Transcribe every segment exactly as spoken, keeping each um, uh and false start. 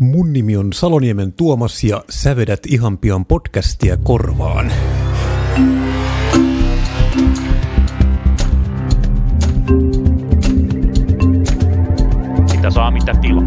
Mun nimi on Saloniemen Tuomas ja sä vedät ihan pian podcastia korvaan. Mitä saa, mitä tilaa.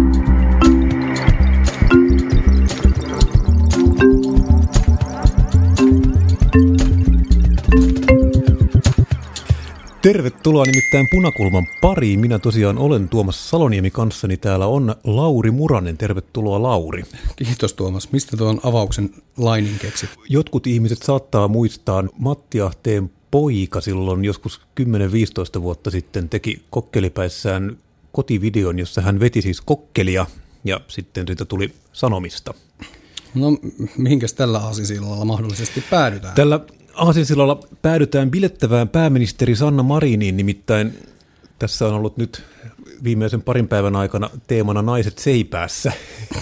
Tervetuloa nimittäin Punakulman pariin. Minä tosiaan olen Tuomas Saloniemi, kanssani täällä on Lauri Muranen. Tervetuloa, Lauri. Kiitos, Tuomas. Mistä tuon avauksen lainin keksit? Jotkut ihmiset saattaa muistaa Matti Ahteen poika silloin joskus kymmenen viisitoista vuotta sitten teki kokkelipäissään kotivideon, jossa hän veti siis kokkelia ja sitten siitä tuli sanomista. No mihinkäs tällä aasinsillalla mahdollisesti päädytään? Tällä aasinsillalla päädytään bilettävään pääministeri Sanna Mariniin, nimittäin tässä on ollut nyt viimeisen parin päivän aikana teemana naiset seipäässä.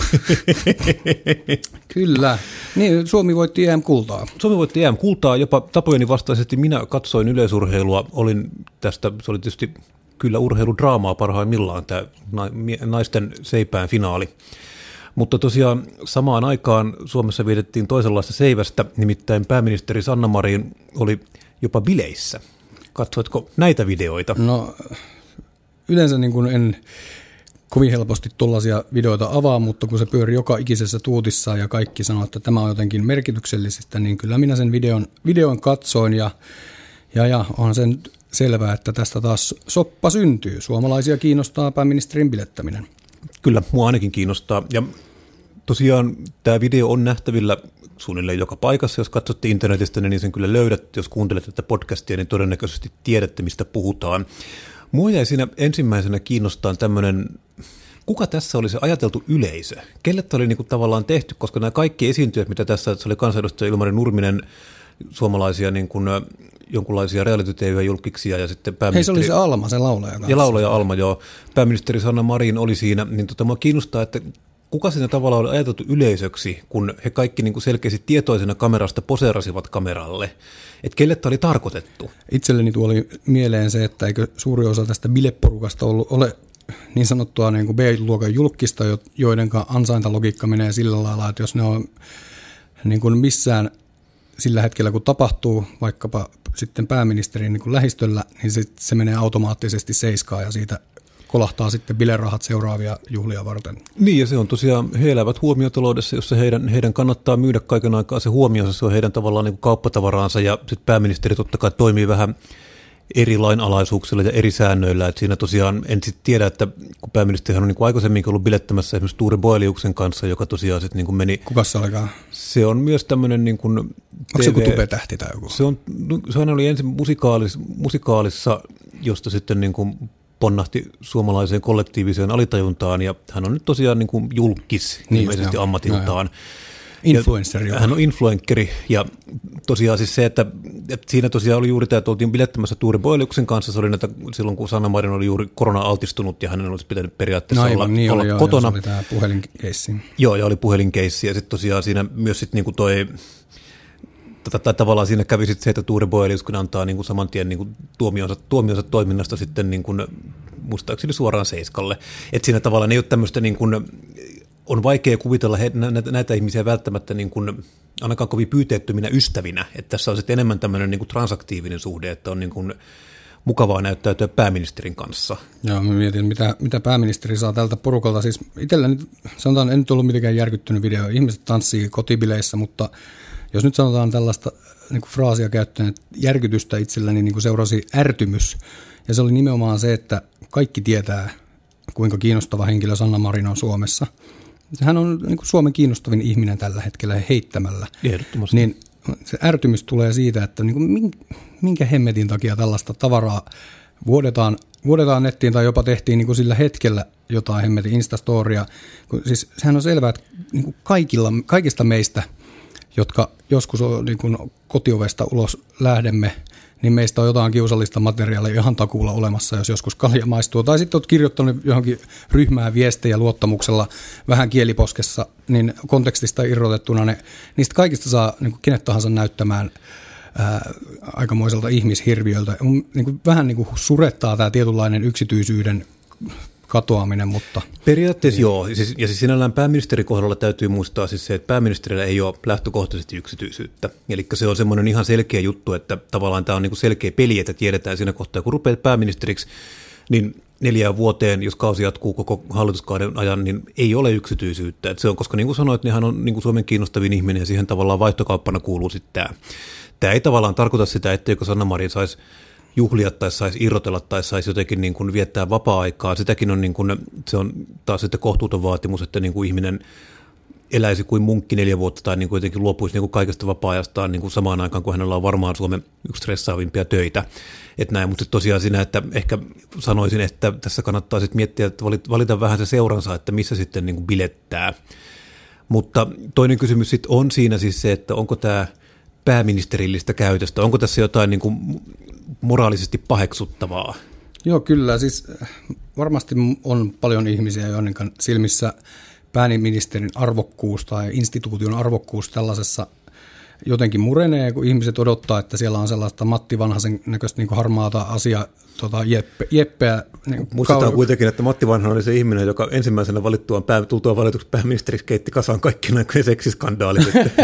Kyllä. Niin, Suomi voitti E M-kultaa. Suomi voitti E M-kultaa, jopa tapojeni vastaisesti minä katsoin yleisurheilua, olin tästä, se oli tietysti kyllä urheiludraamaa parhaimmillaan, tämä naisten seipään finaali. Mutta tosiaan samaan aikaan Suomessa vietettiin toisenlaista seivästä, nimittäin pääministeri Sanna Marin oli jopa bileissä. Katsoitko näitä videoita? No yleensä niin kuin en kovin helposti tuollaisia videoita avaa, mutta kun se pyöri joka ikisessä tuutissa ja kaikki sanoo, että tämä on jotenkin merkityksellisistä, niin kyllä minä sen videon, videon katsoin ja, ja, ja on sen selvää, että tästä taas soppa syntyy. Suomalaisia kiinnostaa pääministerin bilettäminen. Kyllä, mua ainakin kiinnostaa. Ja tosiaan tämä video on nähtävillä suunnilleen joka paikassa. Jos katsotte internetistä, niin sen kyllä löydät. Jos kuuntelette tätä podcastia, niin todennäköisesti tiedätte, mistä puhutaan. Mua jäi siinä ensimmäisenä kiinnostaa tämmöinen, kuka tässä oli se ajateltu yleisö? Kelle tämä oli niinku tavallaan tehty, koska nämä kaikki esiintyjät, mitä tässä, se oli kansanedustaja Ilmari Nurminen, suomalaisia niin kuin jonkunlaisia reality T V-julkkiksia ja sitten pääministeri... Hei, se oli se Alma, se laulaja kanssa. Ja laulaja Alma, joo. Pääministeri Sanna Marin oli siinä, niin tota, mua kiinnostaa, että kuka siinä tavallaan oli ajateltu yleisöksi, kun he kaikki niin kuin selkeästi tietoisena kamerasta poseerasivat kameralle, että kelle tämä oli tarkoitettu? Itselleni tuoli mieleen se, että eikö suuri osa tästä bileporukasta ollut, ole niin sanottua niin kuin B-luokan julkkista, joiden ansaintalogiikka menee sillä lailla, että jos ne on niin kuin missään sillä hetkellä, kun tapahtuu vaikkapa sitten pääministerin niin kuin lähistöllä, niin se, se menee automaattisesti seiskaan ja siitä kolahtaa sitten bilerahat seuraavia juhlia varten. Niin, ja se on tosiaan, he elävät huomiotaloudessa, jossa heidän, heidän kannattaa myydä kaiken aikaa se huomionsa, se on heidän tavallaan niin kuin kauppatavaraansa, ja sitten pääministeri totta kai toimii vähän eri lainalaisuuksilla ja eri säännöillä, että siinä tosiaan en sitten tiedä, että kun pääministerihän on niin kuin aikaisemminkin ollut bilettämässä esimerkiksi Tuure Boeliuksen kanssa, joka tosiaan sitten niin kuin meni... Kukas se olikaan? Se on myös tämmöinen niin kuin... Onko se joku tubetähti tai joku? Se, on, se oli ensin musikaalis, musikaalissa, josta sitten niin kuin ponnahti suomalaiseen kollektiiviseen alitajuntaan, ja hän on nyt tosiaan niin kuin julkis niin ilmeisesti jo, ammatiltaan. No, influensseri. Hän on influenkkeri, ja tosiaan siis se, että, että siinä tosiaan oli juuri tämä, että oltiin bilettämässä Tuure Boeliuksen kanssa, se oli näitä, silloin kun Sanna Marin oli juuri korona-altistunut, ja hänen olisi pitänyt periaatteessa no, olla, niin olla oli, kotona. Joo, se oli tämä puhelinkeissi. Joo, ja oli puhelinkeissi, ja sitten tosiaan siinä myös sitten niin kuin toi... Tai tavallaan siinä kävi sitten se, että Tuure Boelius, kun antaa niin kuin saman tien niin kuin tuomionsa, tuomionsa toiminnasta sitten niin kuin, muistaakseni suoraan Seiskalle. Että siinä tavallaan ei ole tämmöistä, niin kuin, on vaikea kuvitella he, näitä, näitä ihmisiä välttämättä niin kuin, ainakaan kovin pyyteettöminä ystävinä. Että tässä on sitten enemmän tämmöinen niin kuin transaktiivinen suhde, että on niin kuin mukavaa näyttäytyä pääministerin kanssa. Joo, mä mietin, mitä, mitä pääministeri saa tältä porukalta. Siis itselläni, sanotaan, en nyt ollut mitenkään järkyttynyt video. Ihmiset tanssii kotibileissä, mutta... Jos nyt sanotaan tällaista niin kuin fraasia käyttäen, että järkytystä itselläni niin kuin seurasi ärtymys, ja se oli nimenomaan se, että kaikki tietää, kuinka kiinnostava henkilö Sanna Marin on Suomessa. Hän on niin kuin Suomen kiinnostavin ihminen tällä hetkellä heittämällä. Ehdottomasti. Niin se ärtymys tulee siitä, että niin kuin minkä hemmetin takia tällaista tavaraa vuodetaan, vuodetaan nettiin tai jopa tehtiin niin kuin sillä hetkellä jotain hemmetin Instastoria. Siis sehän on selvää, että niin kuin kaikilla, kaikista meistä, jotka joskus on, niin kuin kotiovesta ulos lähdemme, niin meistä on jotain kiusallista materiaalia ihan takuulla olemassa, jos joskus kalja maistuu. Tai sitten olet kirjoittanut johonkin ryhmään viestejä luottamuksella vähän kieliposkessa, niin kontekstista irrotettuna ne, niistä kaikista saa niin kuin kenet tahansa näyttämään ää, aikamoiselta ihmishirviöltä. Niin kuin, vähän niin kuin surettaa tämä tietynlainen yksityisyyden katoaminen, mutta... Periaatteessa niin. Joo, siis, ja siis sinällään pääministerin kohdalla täytyy muistaa siis se, että pääministerillä ei ole lähtökohtaisesti yksityisyyttä. Eli se on semmoinen ihan selkeä juttu, että tavallaan tämä on niin kuin selkeä peli, että tiedetään siinä kohtaa, kun rupeat pääministeriksi, niin neljään vuoteen, jos kausi jatkuu koko hallituskauden ajan, niin ei ole yksityisyyttä. Et se on, koska niin kuin sanoit, niin hän on niin kuin Suomen kiinnostavin ihminen ja siihen tavallaan vaihtokauppana kuuluu sitten tämä. Tämä ei tavallaan tarkoita sitä, etteikö Sanna Marin saisi juhlia tai saisi irrotella tai saisi jotenkin niin kuin viettää vapaa-aikaa. Sitäkin on, niin kuin, se on taas sitten kohtuuton vaatimus, että niin kuin ihminen eläisi kuin munkki neljä vuotta tai niin kuin jotenkin luopuisi niin kuin kaikesta vapaa-ajastaan niin kuin samaan aikaan, kun hänellä on varmaan Suomen yksi stressaavimpia töitä. Että näin, mutta tosiaan siinä, että ehkä sanoisin, että tässä kannattaa sitten miettiä, että valita vähän se seuransa, että missä sitten niin kuin bilettää. Mutta toinen kysymys sitten on siinä siis se, että onko tämä pääministerillistä käytöstä, onko tässä jotain niin kuin moraalisesti paheksuttavaa? Joo, kyllä. Siis varmasti on paljon ihmisiä, joiden silmissä pääministerin arvokkuus tai instituution arvokkuus tällaisessa jotenkin murenee, kun ihmiset odottaa, että siellä on sellaista Matti Vanhasen näköistä niin kuin harmaata asiaa, tota, jeppe, jeppeä. Niin muistetaan kuitenkin, että Matti Vanhanen oli se ihminen, joka ensimmäisenä valittuaan pää, tultua valituksi pääministeriksi keitti kasaan kaikki näin seksiskandaalit.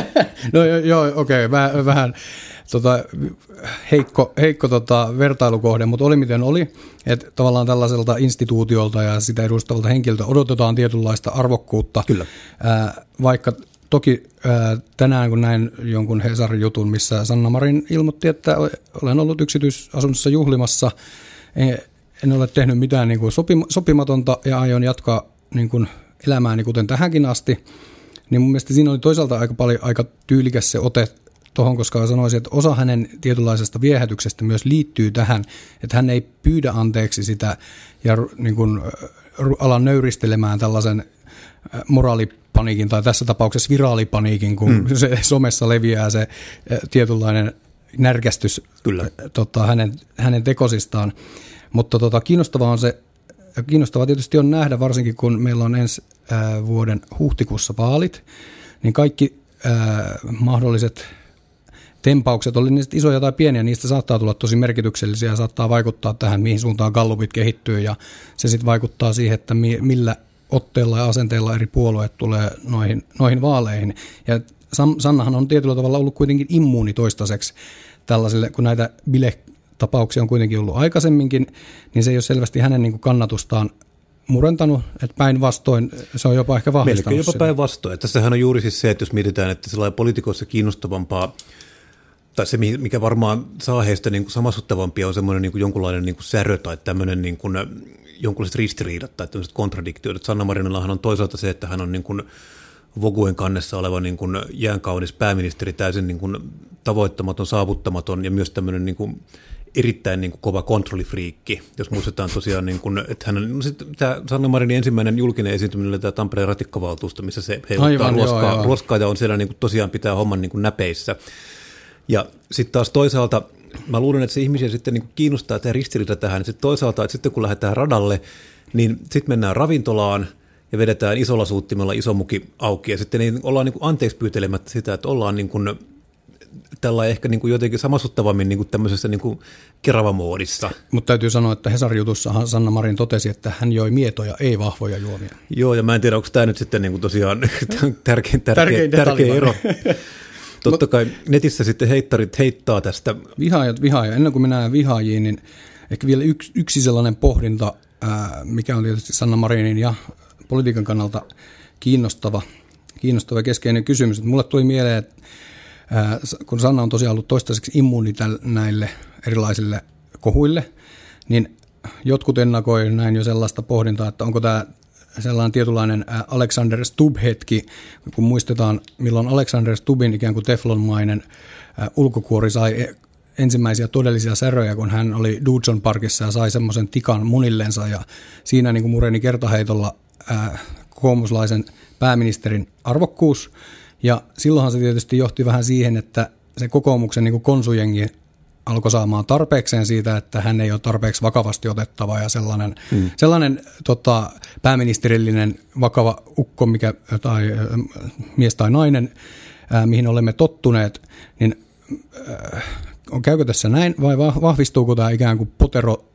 No joo, okei, okay, vähän, vähän tota, heikko, heikko tota, vertailukohde, mutta oli miten oli, että tavallaan tällaiselta instituutiolta ja sitä edustavalta henkilöltä odotetaan tietynlaista arvokkuutta, Kyllä. Ää, vaikka toki ää, tänään kun näin jonkun Hesarin jutun, missä Sanna Marin ilmoitti, että olen ollut yksityisasunnossa juhlimassa, en, en ole tehnyt mitään niin kuin sopim- sopimatonta ja aion jatkaa niin kuin elämääni kuten tähänkin asti, niin mun mielestä siinä oli toisaalta aika paljon aika tyylikäs se ote tuohon, koska sanoisin, että osa hänen tietynlaisesta viehätyksestä myös liittyy tähän, että hän ei pyydä anteeksi sitä ja niin kuin ala nöyristelemään tällaisen moraalipaniikin tai tässä tapauksessa viraalipaniikin, kun mm. se somessa leviää se tietynlainen närkästys Kyllä. Tota, hänen, hänen tekosistaan. Mutta tota, kiinnostavaa on se, kiinnostavaa tietysti on nähdä, varsinkin kun meillä on ensi äh, vuoden huhtikuussa vaalit, niin kaikki äh, mahdolliset tempaukset, oli niistä isoja tai pieniä, niistä saattaa tulla tosi merkityksellisiä ja saattaa vaikuttaa tähän, mihin suuntaan gallupit kehittyy ja se sitten vaikuttaa siihen, että mi- millä otteella ja asenteella eri puolueet tulee noihin, noihin vaaleihin. Ja Sam- Sannahan on tietyllä tavalla ollut kuitenkin immuuni toistaiseksi tällaisille, kun näitä bile-tapauksia on kuitenkin ollut aikaisemminkin, niin se ei ole selvästi hänen niin kuin kannatustaan murentanut, että päinvastoin se on jopa ehkä vahvistanut. Melkein jopa päinvastoin. Tässähän on juuri siis se, että jos mietitään, että sellainen poliitikoissa kiinnostavampaa, tai se, mikä varmaan saa heistä niin kuin samassuttavampia, on semmoinen niin kuin jonkunlainen niin kuin särö tai tämmöinen niin kuin jonkunlaiset ristiriidat tai tämmöiset kontradiktiot. Sanna Marinillahan on toisaalta se, että hän on niin kuin Voguen kannessa oleva niin kuin jäänkaunis pääministeri, täysin niin kuin tavoittamaton, saavuttamaton ja myös tämmöinen niin kuin erittäin niin kuin kova kontrollifriikki. Jos muistetaan tosiaan, niin kuin, että hän on, no sit, tämä Sanna Marinin ensimmäinen julkinen esiintyminen oli tämä Tampereen ratikkavaltuusto, missä se heiluttaa ruoskaa, ruoskaa ja on siellä niin kuin tosiaan pitää homman niin kuin näpeissä. Ja sitten taas toisaalta, mä luulen, että se ihmisiä sitten niin kuin kiinnostaa tämä ristiriita tähän. Sitten toisaalta, että sitten kun lähdetään radalle, niin sitten mennään ravintolaan ja vedetään isolla suuttimella iso muki auki. Ja sitten niin ollaan niin kuin anteeksi pyytelemättä sitä, että ollaan niin kuin tällä ehkä niin kuin jotenkin samassuttavammin niin kuin tämmöisessä niin kuin Kerava-moodissa. Mutta täytyy sanoa, että Hesari-jutussahan Sanna Marin totesi, että hän joi mietoja, ei vahvoja juomia. Joo, ja mä en tiedä, onko tämä nyt sitten niin kuin tosiaan tärkein, tärkein, tärkein ero. Totta kai netissä sitten heittarit heittaa tästä. Vihaajat, vihaajat. Ennen kuin mennään vihaajiin, niin ehkä vielä yksi, yksi sellainen pohdinta, ää, mikä on tietysti Sanna Marinin ja politiikan kannalta kiinnostava, kiinnostava keskeinen kysymys. Että mulle tuli mieleen, että ää, kun Sanna on tosiaan ollut toistaiseksi immuuni näille erilaisille kohuille, niin jotkut ennakoi näin jo sellaista pohdintaa, että onko tämä sellainen tietynlainen Alexander Stubb-hetki, kun muistetaan, milloin Alexander Stubbin ikään kuin teflonmainen ulkokuori sai ensimmäisiä todellisia säröjä, kun hän oli Dudson Parkissa ja sai semmoisen tikan munillensa, ja siinä niin kuin mureni kertaheitolla kokoomuslaisen pääministerin arvokkuus, ja silloinhan se tietysti johti vähän siihen, että se kokoomuksen niin kuin konsujengi alkoi saamaan tarpeekseen siitä, että hän ei ole tarpeeksi vakavasti otettava ja sellainen, mm. sellainen tota, pääministerillinen vakava ukko, mikä, tai äh, mies tai nainen, äh, mihin olemme tottuneet, niin äh, käykö tässä näin vai vahvistuuko tämä ikään kuin potero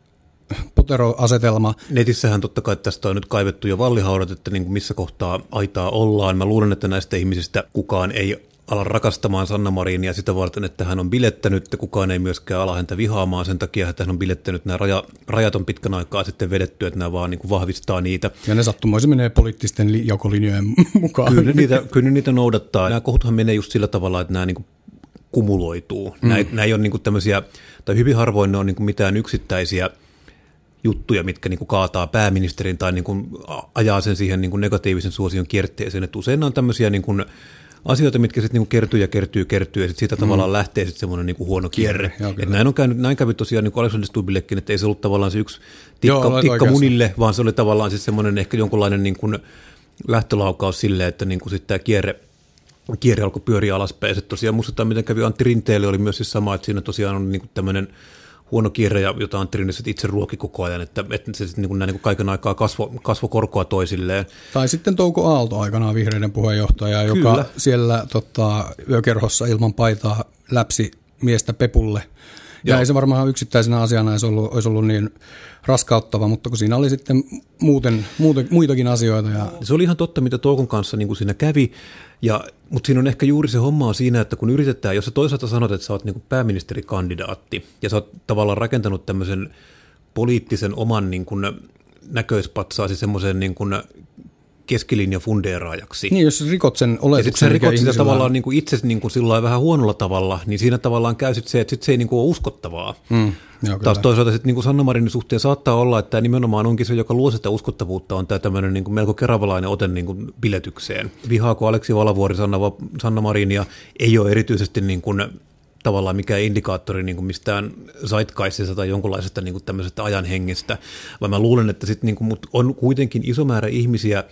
poteroasetelma. Netissähän totta kai tästä on nyt kaivettu jo vallihaudat, että niin kuin missä kohtaa aitaa ollaan. Mä luulen, että näistä ihmisistä kukaan ei ala rakastamaan Sanna Marinia sitä varten, että hän on bilettänyt, että kukaan ei myöskään ala häntä vihaamaan sen takia, että hän on bilettänyt. Nämä raja, rajat on pitkän aikaa sitten vedetty, että nämä vaan niin kuin vahvistaa niitä. Ja ne sattumoisin menee poliittisten li- jakolinjojen mukaan. Kyllä niitä, kyllä niitä noudattaa. Nämä kohuthan menee just sillä tavalla, että nämä niin kuin kumuloituu. Mm. Nämä, nämä ei ole niin kuin tämmöisiä, tai hyvin harvoin ne on niin kuin mitään yksittäisiä juttuja, mitkä niin kuin kaataa pääministerin tai niin kuin ajaa sen siihen niin kuin negatiivisen suosion kierteeseen. Että usein on tämmöisiä niin kuin asioita, mitkä sitten niinku kertyy ja kertyy, kertyy, ja sitten siitä mm. tavallaan lähtee sitten semmoinen niinku huono kierre. Et näin, on käynyt, näin kävi tosiaan niinku Alexander Stubbillekin, että ei se ollut tavallaan se yksi tikka, Joo, tikka munille, vaan se oli tavallaan siis semmoinen ehkä jonkunlainen niinku lähtölaukaus silleen, että niinku sitten tämä kierre, kierre alkoi pyöriä alaspäin. Ja tosiaan muistetaan, miten kävi Antti Rinteelle, oli myös siis sama, että siinä tosiaan on niinku tämmöinen huono kierre, jota Antti Rinne itse ruoki koko ajan, että, että se sitten niin niin kaiken aikaa kasvo, kasvo korkoa toisilleen. Tai sitten Touko Aalto aikanaan vihreiden puheenjohtaja, Kyllä. joka siellä tota, yökerhossa ilman paitaa läpsi miestä pepulle. Ja Joo. ei se varmaan yksittäisenä asiana olisi ollut, olisi ollut niin raskauttava, mutta kun siinä oli sitten muuten, muuten, muitakin asioita. Ja se oli ihan totta, mitä Toukon kanssa niin kuin siinä kävi, ja, mutta siinä on ehkä juuri se homma on siinä, että kun yritetään, jos sä toisaalta sanot, että sä oot niin kuin pääministerikandidaatti, ja sä oot tavallaan rakentanut tämmöisen poliittisen oman niin kuin näköispatsaasi semmoisen niin kuin keskilinja fundeeraajaksi. Niin, jos rikot sen oletuksen. Ja rikot sitä tavallaan niin kuin itse niin kuin sillä vähän huonolla tavalla, niin siinä tavallaan käy sit se, että sit se ei niin kuin ole uskottavaa. Mm, joo, Taas toisaalta sitten niin kuin Sanna Marinin suhteen saattaa olla, että tämä nimenomaan onkin se, joka luo sitä uskottavuutta, on tämä tämmöinen niin kuin melko keravalainen ote niin kuin biletykseen. Vihaako Aleksi Valavuori Sanna, Sanna Marinia ei ole erityisesti niin kuin tavallaan mikään indikaattori niin kuin mistään zeitgeistista tai jonkunlaisesta niin kuin tämmöisestä ajanhengestä, vaan mä luulen, että sit niin kuin, on kuitenkin iso määrä ihmisiä,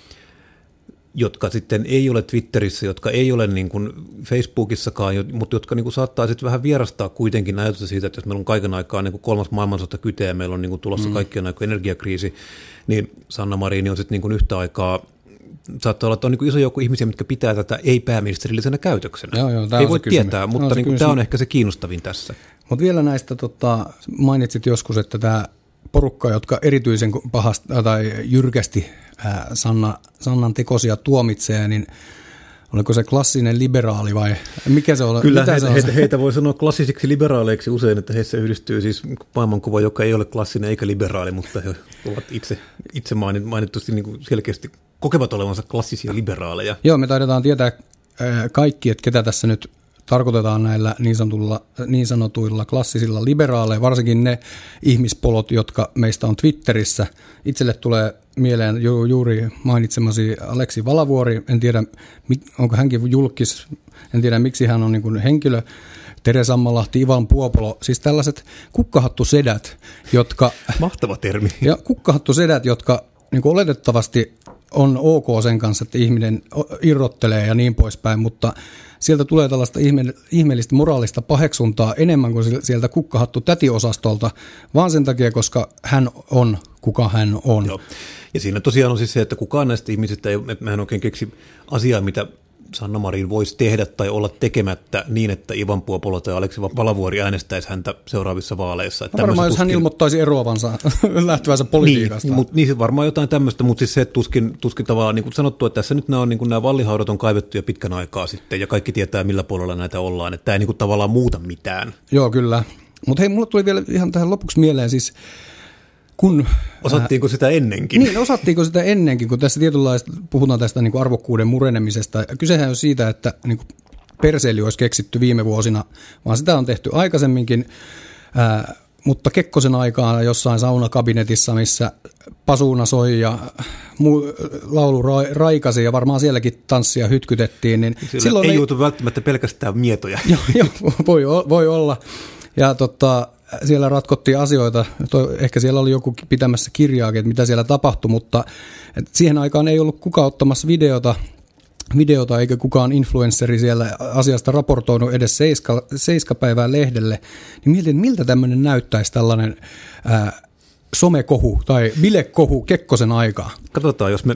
jotka sitten ei ole Twitterissä, jotka ei ole niin kuin Facebookissakaan, mutta jotka niin kuin saattaa sitten vähän vierastaa kuitenkin ajatusta siitä, että jos meillä on kaiken aikaa niin kuin kolmas maailmansota kyte ja meillä on niin kuin tulossa mm. kaikkien aikaan energiakriisi, niin Sanna Marini on sitten niin kuin yhtä aikaa, saattaa olla, että on niin kuin iso joukko ihmisiä, mitkä pitää tätä ei-pääministerillisenä käytöksenä. Joo, joo, ei voi tietää, tämä mutta niin kuin, tämä on ehkä se kiinnostavin tässä. Mutta vielä näistä, tota, mainitsit joskus, että tämä porukka, jotka erityisen pahasta tai jyrkästi ää, Sanna, Sannan tekosia tuomitsee, niin oliko se klassinen liberaali vai mikä se on? Kyllä heitä, se on heitä, se? heitä voi sanoa klassisiksi liberaaleiksi usein, että heissä yhdistyy siis maailmankuva, joka ei ole klassinen eikä liberaali, mutta he ovat itse, itse mainittusti niin kuin selkeästi kokevat olevansa klassisia liberaaleja. Joo, me taidetaan tietää ää, kaikki, että ketä tässä nyt tarkoitetaan näillä niin sanotuilla, niin sanotuilla klassisilla liberaaleilla, varsinkin ne ihmispolot, jotka meistä on Twitterissä. Itselle tulee mieleen ju, juuri mainitsemasi Aleksi Valavuori, en tiedä onko hänkin julkis, en tiedä miksi hän on niin kuin henkilö, Tere Sammalahti, Ivan Puopolo, siis tällaiset kukkahattusedät, jotka mahtava termi. Ja kukkahattusedät, jotka niin kuin oletettavasti on ok sen kanssa, että ihminen irrottelee ja niin poispäin, mutta sieltä tulee tällaista ihme, ihmeellistä moraalista paheksuntaa enemmän kuin sieltä kukkahattu tätiosastolta, vaan sen takia, koska hän on, kuka hän on. Joo. Ja siinä tosiaan on siis se, että kukaan näistä ihmisistä ei, mehän oikein keksi asiaa, mitä Sanna Marin voisi tehdä tai olla tekemättä niin, että Ivan Puopolo tai Aleksi Valavuori äänestäisi häntä seuraavissa vaaleissa. Että varmaan jos tuskin hän ilmoittaisi eroavansa lähtevänsä politiikasta. Niin, mutta niin varmaan jotain tämmöistä, mutta siis se tuskin, tuskin tavallaan niin kuin sanottu, että tässä nyt nämä, on, niin kuin nämä vallihaudat on kaivettu jo pitkän aikaa sitten ja kaikki tietää millä puolella näitä ollaan, että tämä ei niin kuin tavallaan muuta mitään. Joo, kyllä. Mutta hei, mulle tuli vielä ihan tähän lopuksi mieleen siis, kun osattiinko sitä ennenkin? Niin, osattiinko sitä ennenkin, kun tässä tietynlaista puhutaan tästä niin kuin arvokkuuden murenemisesta. Kysehän on siitä, että niin kuin perseili olisi keksitty viime vuosina, vaan sitä on tehty aikaisemminkin, ää, mutta Kekkosen aikaan jossain saunakabinetissa, missä pasuuna soi ja muu, laulu ra, raikasi ja varmaan sielläkin tanssia hytkytettiin. Niin silloin ei, ei joutu välttämättä pelkästään mietoja. Joo, jo, voi, voi olla. Ja tota, siellä ratkottiin asioita, ehkä siellä oli joku pitämässä kirjaakin, että mitä siellä tapahtui, mutta siihen aikaan ei ollut kukaan ottamassa videota, videota eikä kukaan influensseri siellä asiasta raportoinut edes seiska, seiskapäivää lehdelle. Niin mietin, miltä tämmöinen näyttäisi tällainen ää, somekohu tai bilekohu Kekkosen aikaa? Katsotaan, jos me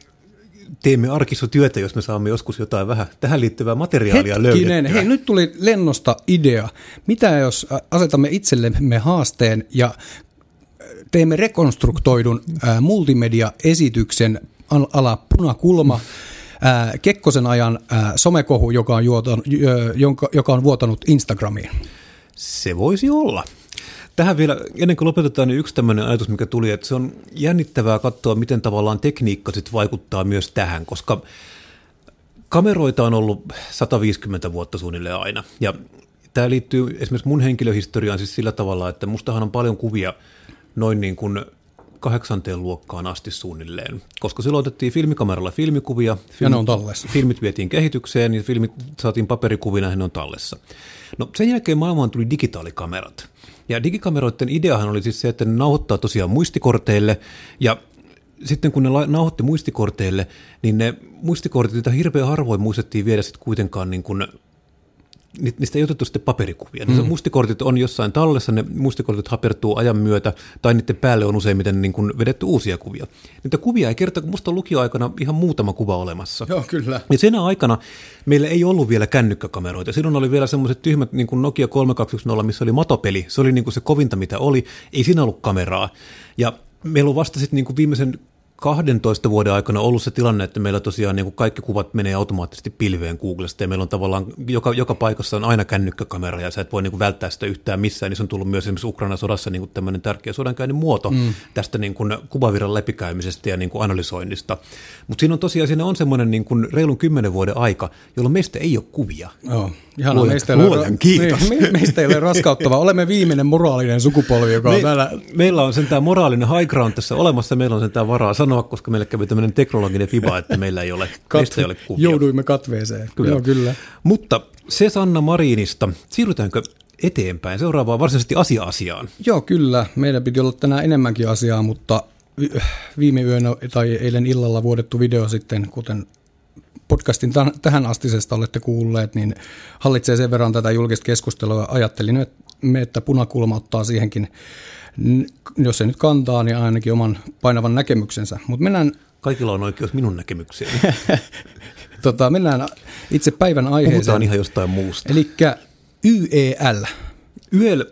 teemme arkistotyötä, jos me saamme joskus jotain vähän tähän liittyvää materiaalia Hetkinen, löydettyä. Hei, nyt tuli lennosta idea. Mitä jos asetamme itsellemme haasteen ja teemme rekonstruktoidun ää, multimedia-esityksen ala punakulma, ää, Kekkosen ajan ää, somekohu, joka on, juotan, j, jonka, joka on vuotanut Instagramiin. Se voisi olla. Tähän vielä, ennen kuin lopetetaan, niin yksi tämmöinen ajatus, mikä tuli, että se on jännittävää katsoa, miten tavallaan tekniikka sit vaikuttaa myös tähän, koska kameroita on ollut sata viisikymmentä vuotta suunnilleen aina, ja tämä liittyy esimerkiksi mun henkilöhistoriaan siis sillä tavalla, että mustahan on paljon kuvia noin niin kuin kahdeksanteen luokkaan asti suunnilleen, koska silloin otettiin filmikameralla filmikuvia, film, ja ne on tallessa. Filmit vietiin kehitykseen, ja filmit saatiin paperikuvina, ja ne on tallessa. No sen jälkeen maailmaan tuli digitaalikamerat, ja digikameroiden ideahan oli siis se, että ne nauhoittaa tosiaan muistikorteille, ja sitten kun ne nauhoitti muistikorteille, niin ne muistikortit, joita hirveän harvoin muistettiin viedä sitten kuitenkaan niin kuin niistä ei otettu sitten paperikuvia. Mm. Muistikortit on jossain tallessa, ne muistikortit hapertuu ajan myötä, tai niiden päälle on useimmiten niin kuin vedetty uusia kuvia. Niitä kuvia ei kerta, kun musta on lukioaikana ihan muutama kuva olemassa. Joo, kyllä. Ja senä aikana meillä ei ollut vielä kännykkäkameroita. Silloin oli vielä semmoiset tyhmät niin kuin Nokia kolmekymmentäkaksi missä oli matopeli. Se oli niin kuin se kovinta, mitä oli. Ei siinä ollut kameraa. Ja meillä on vasta sitten niin kuin viimeisen kahdentoista vuoden aikana ollut se tilanne, että meillä tosiaan niin kuin kaikki kuvat menee automaattisesti pilveen Googlesta, ja meillä on tavallaan joka, joka paikassa on aina kännykkäkamera, ja sä et voi niin kuin välttää sitä yhtään missään, niin se on tullut myös esimerkiksi Ukrainan sodassa niin kuin tämmöinen tärkeä sodankäynnin muoto mm. tästä niin kuin kuvavirran läpikäymisestä ja niin kuin analysoinnista. Mutta siinä on tosiaan siinä on semmoinen niin kuin reilun kymmenen vuoden aika, jolloin meistä ei ole kuvia. Joo, ihanaa. Meistä, me, meistä ei ole raskauttavaa. Olemme viimeinen moraalinen sukupolvi, joka me, on täällä. Meillä on sentään moraalinen high ground tässä olemassa, meillä on sentään varaa sanoa, koska meille kävi tämmöinen teknologinen fiba, että meillä ei ole, meistä ei ole kuvia. Jouduimme katveeseen. Kyllä. Joo, kyllä. Mutta se Sanna Marinista. Siirrytäänkö eteenpäin seuraavaan varsinaisesti asia-asiaan? Joo, kyllä. Meillä piti olla tänään enemmänkin asiaa, mutta viime yönä tai eilen illalla vuodettu video sitten, kuten podcastin tähän astisesta olette kuulleet, niin hallitsee sen verran tätä julkista keskustelua. Ajattelin, että Punakulma ottaa siihenkin, jos se nyt kantaa, niin ainakin oman painavan näkemyksensä. Mut mennään... Kaikilla on oikeus minun näkemykseen. tota, mennään itse päivän aiheeseen. Puhutaan ihan jostain muusta. Elikkä Y E L. Y E L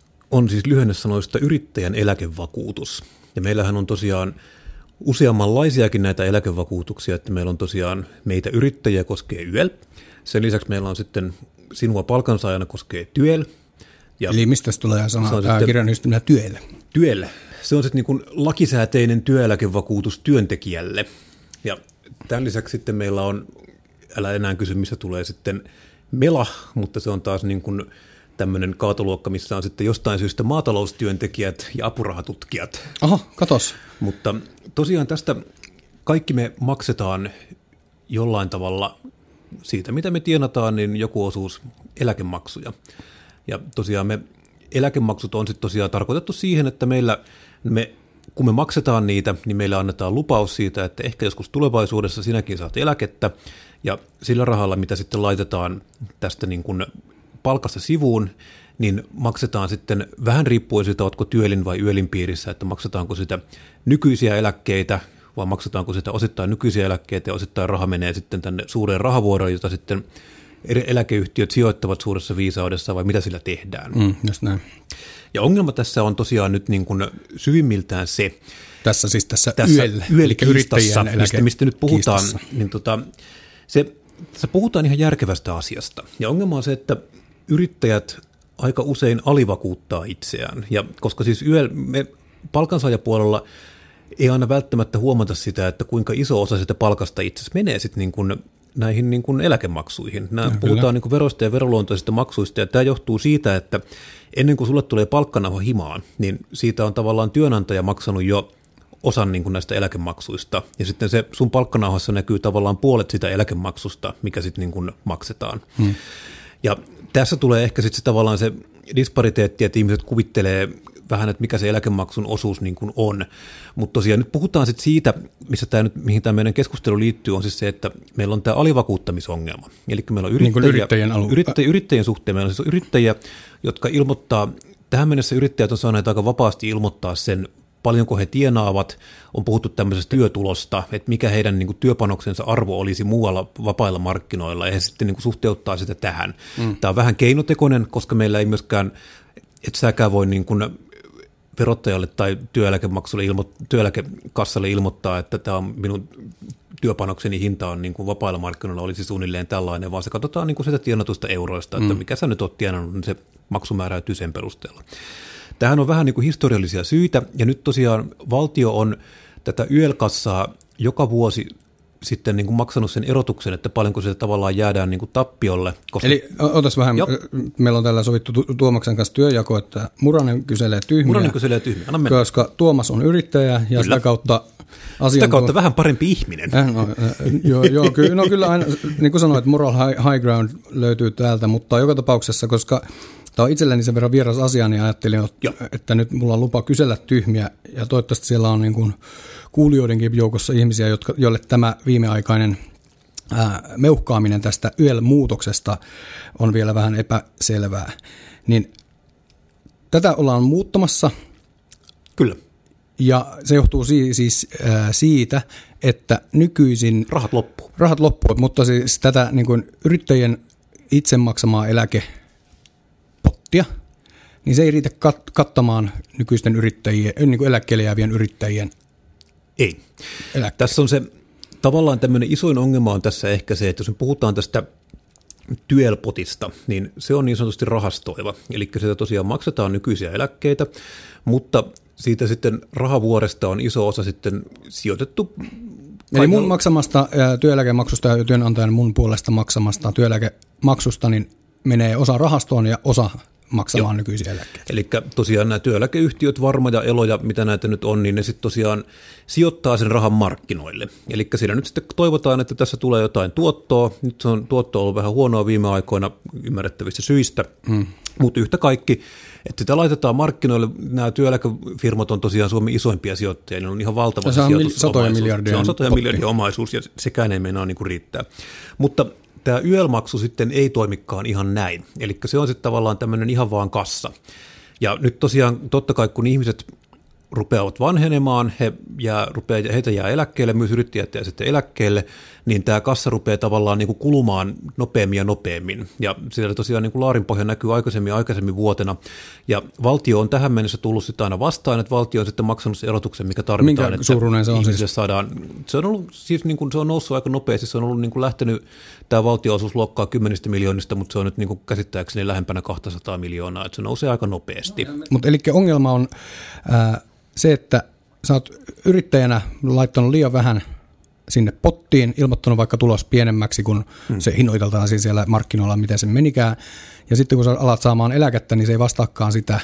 on siis lyhennössanoista yrittäjän eläkevakuutus. Ja meillähän on tosiaan useammanlaisiakin näitä eläkevakuutuksia, että meillä on tosiaan meitä yrittäjiä koskee Y E L. Sen lisäksi meillä on sitten sinua palkansaajana koskee T Y E L. Ja eli mistä tulee sana kirjaimellisesti T Y E L? T Y E L. Se on sitten niin kuin lakisääteinen työeläkevakuutus työntekijälle. Ja tämän lisäksi sitten meillä on, älä enää kysy, missä tulee sitten Mela, mutta se on taas niin kuin tämmöinen kaatoluokka, missä on sitten jostain syystä maataloustyöntekijät ja apurahatutkijat. Aha, katos. Mutta tosiaan tästä kaikki me maksetaan jollain tavalla siitä, mitä me tienataan, niin joku osuus eläkemaksuja. Ja tosiaan me eläkemaksut on sitten tosiaan tarkoitettu siihen, että meillä me, kun me maksetaan niitä, niin meille annetaan lupaus siitä, että ehkä joskus tulevaisuudessa sinäkin saat eläkettä, ja sillä rahalla, mitä sitten laitetaan tästä niin kuin palkasta sivuun, niin maksetaan sitten vähän riippuen siitä, oletko työlin vai yölin piirissä, että maksetaanko sitä nykyisiä eläkkeitä, vai maksetaanko sitä osittain nykyisiä eläkkeitä, ja osittain raha menee sitten tänne suureen rahavuoroon, jota sitten eläkeyhtiöt sijoittavat suuressa viisaudessa, vai mitä sillä tehdään. Mm, just näin. Ja ongelma tässä on tosiaan nyt niin kuin syvimmiltään se, tässä siis tässä, tässä Y E L-kiistassa, mistä, mistä nyt puhutaan, niin tota, se, se puhutaan ihan järkevästä asiasta. Ja ongelma on se, että yrittäjät aika usein alivakuuttaa itseään. Ja koska siis Y E L, me palkansaajapuolella ei aina välttämättä huomata sitä, että kuinka iso osa sitä palkasta itse asiassa menee sitten niin kuin näihin niin kuin eläkemaksuihin. Nämä no, puhutaan niin kuin veroista ja veroluontoisista maksuista, ja tämä johtuu siitä, että ennen kuin sulle tulee palkkanauha himaan, niin siitä on tavallaan työnantaja maksanut jo osan niin kuin näistä eläkemaksuista, ja sitten se sun palkkanauhassa näkyy tavallaan puolet sitä eläkemaksusta, mikä sitten niin kuin maksetaan. Hmm. Ja tässä tulee ehkä sitten se tavallaan se dispariteetti, että ihmiset kuvittelee vähän, että mikä se eläkemaksun osuus niin kuin on. Mutta tosiaan nyt puhutaan sitten siitä, missä tämä nyt, mihin tämä meidän keskustelu liittyy, on siis se, että meillä on tämä alivakuuttamisongelma. Eli meillä on yrittäjiä, niin yrittäjien, alu- yrittäjien, yrittäjien suhteen, meillä on siis yrittäjiä, jotka ilmoittaa, tähän mennessä yrittäjät on saaneet aika vapaasti ilmoittaa sen, paljonko he tienaavat, on puhuttu tämmöisestä työtulosta, että mikä heidän niin kuin työpanoksensa arvo olisi muualla vapailla markkinoilla, ja he sitten niin kuin suhteuttaa sitä tähän. Mm. Tämä on vähän keinotekoinen, koska meillä ei myöskään, et säkään voi niin kuin verottajalle tai työeläkemaksulle ilmo, työeläkekassalle ilmoittaa, että tämä on minun työpanokseni hinta on niin kuin vapailla markkinoilla olisi suunnilleen tällainen, vaan se katsotaan niin kuin sitä tienatusta euroista, että mikä sä nyt oot tienannut, niin se maksu määräytyy sen perusteella. Tähän on vähän niin kuin historiallisia syitä, ja nyt tosiaan valtio on tätä Y E L-kassaa joka vuosi sitten niin kuin maksanut sen erotuksen, että paljonko se tavallaan jäädään niin kuin tappiolle. Koska... Eli otas vähän, jo. Meillä on täällä sovittu Tuomaksen kanssa työjako, että Muranen kyselee tyhmiä. Muranen kyselee tyhmiä, anna mennä. Koska Tuomas on yrittäjä ja kyllä. sitä kautta asiantu... Sitä kautta vähän parempi ihminen. Äh, no, joo, joo, kyllä, no kyllä aina, niin kuin sanoin, että moral high ground löytyy täältä, mutta joka tapauksessa, koska tämä on itselleni sen verran vieras asia, niin ajattelin, että, että nyt mulla on lupa kysellä tyhmiä, ja toivottavasti siellä on niin kuin kuulijoidenkin joukossa ihmisiä, jotka, joille tämä viimeaikainen ää, meuhkaaminen tästä Y E L-muutoksesta on vielä vähän epäselvää. Niin tätä ollaan muuttamassa. Kyllä. Ja se johtuu si- siis ää, siitä, että nykyisin... Rahat loppuu. Rahat loppuu, mutta siis tätä niin kuin yrittäjien itse maksamaa eläkepottia, niin se ei riitä kat- kattamaan nykyisten yrittäjien, niin kuin eläkkeelle jäävien yrittäjien ei. eläkkeelle. Tässä on se tavallaan tämmöinen isoin ongelma on tässä ehkä se, että jos me puhutaan tästä T Y L-potista, niin se on niin sanotusti rahastoiva. Eli sieltä tosiaan maksetaan nykyisiä eläkkeitä, mutta siitä sitten rahavuoresta on iso osa sitten sijoitettu. Eli mun maksamasta työeläkemaksusta ja työnantajan mun puolesta maksamasta työeläkemaksusta niin menee osa rahastoon ja osa maksamaan Joo. nykyisiä eläkkeitä. Eli tosiaan nämä työeläkeyhtiöt, Varma ja Elo ja mitä näitä nyt on, niin ne sitten tosiaan sijoittaa sen rahan markkinoille. Eli siinä nyt sitten toivotaan, että tässä tulee jotain tuottoa. Nyt se on tuotto ollut vähän huonoa viime aikoina ymmärrettävistä syistä, mm. mutta yhtä kaikki, että sitä laitetaan markkinoille. Nämä työeläkefirmat on tosiaan Suomen isoimpia sijoittajia, ne on ihan valtava se on sijoitusomaisuus. Satoja miljardia. Se on satoja miljardia omaisuus ja sekään ei meinaa niin kuin riittää. Mutta tämä Y E L-maksu sitten ei toimikaan ihan näin, eli se on sitten tavallaan tämmöinen ihan vaan kassa. Ja nyt tosiaan totta kai kun ihmiset rupeavat vanhenemaan, he jää, rupeaa, heitä jää eläkkeelle, myös yrittäjät jää sitten eläkkeelle, niin tämä kassa rupeaa tavallaan niin kuin kulumaan nopeammin ja nopeammin. Ja siellä tosiaan niin kuin laarinpohja näkyy aikaisemmin ja aikaisemmin vuotena. Ja valtio on tähän mennessä tullut sitten aina vastaan, että valtio on sitten maksanut sen erotuksen, mikä tarvitaan. Minkä suuruinen se on siis? Saadaan, se on ollut siis niin kuin, se on noussut aika nopeasti, se on ollut niin kuin lähtenyt tämä valtio-osuus luokkaa kymmenistä miljoonista, mutta se on nyt niin kuin käsittääkseni lähempänä kaksisataa miljoonaa, että se nousee aika nopeasti. Mutta eli ongelma on ää, se, että sä oot yrittäjänä laittanut liian vähän sinne pottiin, ilmoittanut vaikka tulos pienemmäksi, kun hmm. se hinnoiteltaan siis siellä markkinoilla, miten se menikään. Ja sitten kun sä alat saamaan eläkettä, niin se ei vastaakaan sitä,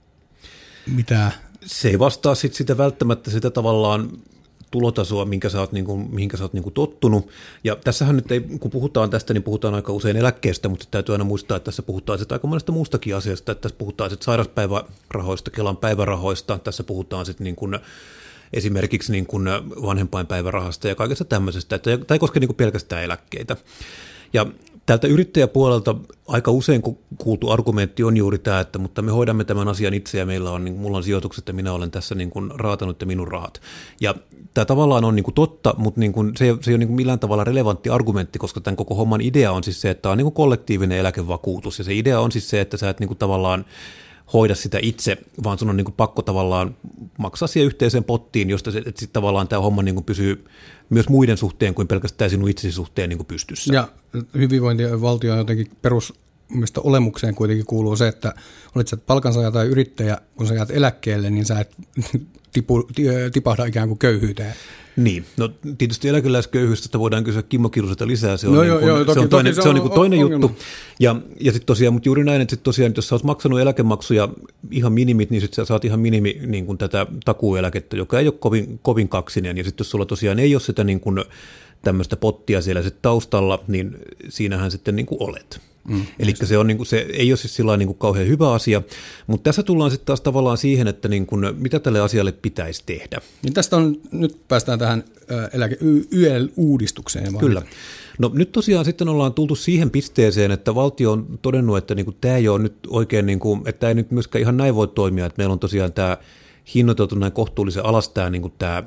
mitä... Se ei vastaa sit sitä välttämättä sitä tavallaan tulotasoa, minkä sä oot, niin kuin, mihinkä sä oot niin kuin tottunut. Ja tässähän nyt, ei, kun puhutaan tästä, niin puhutaan aika usein eläkkeestä, mutta täytyy aina muistaa, että tässä puhutaan sitten aika monesta muustakin asiasta. Että tässä puhutaan sitten sairauspäivärahoista, Kelan päivärahoista, tässä puhutaan sitten niin kuin esimerkiksi niin kuin vanhempainpäivärahasta ja kaikesta tämmöisestä, että tämä ei koske niin kuin pelkästään eläkkeitä. Ja tältä yrittäjäpuolelta aika usein kuultu argumentti on juuri tämä, että mutta me hoidamme tämän asian itse ja meillä on, niin mulla on sijoitukset ja minä olen tässä niin kuin raatanut ja minun rahat. Ja tämä tavallaan on niin kuin totta, mutta niin kuin se, ei, se ei ole niin kuin millään tavalla relevantti argumentti, koska tämän koko homman idea on siis se, että tämä on niin kuin kollektiivinen eläkevakuutus ja se idea on siis se, että sä et niin kuin tavallaan hoida sitä itse, vaan sun on niin kuin pakko tavallaan maksaa siihen yhteiseen pottiin, josta se, että sit tavallaan tämä homma niin kuin pysyy myös muiden suhteen kuin pelkästään sinun itsesi suhteen niin kuin pystyssä. Ja hyvinvointivaltio on jotenkin perus, mistä olemukseen kuitenkin kuuluu se, että olit sä palkansaaja tai yrittäjä, kun sä jäät eläkkeelle, niin sä et tipu, tipahda ikään kuin köyhyyteen. Niin, no tietysti eläkeläisköyhyydestä voidaan kysyä Kimmo Kiljuselta lisää, se on, no, niin kuin, joo, toki, se on toinen, se on, se on niin kuin toinen ongelma. juttu. Ja, ja sitten tosiaan, mutta juuri näin, että sit tosiaan, jos sä oot maksanut eläkemaksuja ihan minimit, niin sitten sä saat ihan minimi niin kuin tätä takuueläkettä, joka ei ole kovin, kovin kaksinen. Ja sitten jos sulla tosiaan ei ole sitä niin kuin tämmöistä pottia siellä sit taustalla, niin siinähän sitten niin kuin olet. Mm, Eli se, on, niin kuin, se ei ole siis sillä niin kuin kauhean hyvä asia, mutta tässä tullaan sitten taas tavallaan siihen, että niin kuin, mitä tälle asialle pitäisi tehdä. Niin tästä on, nyt päästään tähän eläke Y E L-uudistukseen. Kyllä. No nyt tosiaan sitten ollaan tultu siihen pisteeseen, että valtio on todennut, että niin kuin, tämä ei ole nyt oikein, niin kuin, että tämä ei nyt myöskään ihan näin voi toimia, että meillä on tosiaan tämä hinnoiteltu näin kohtuullisen alas tämä, niin kuin tämä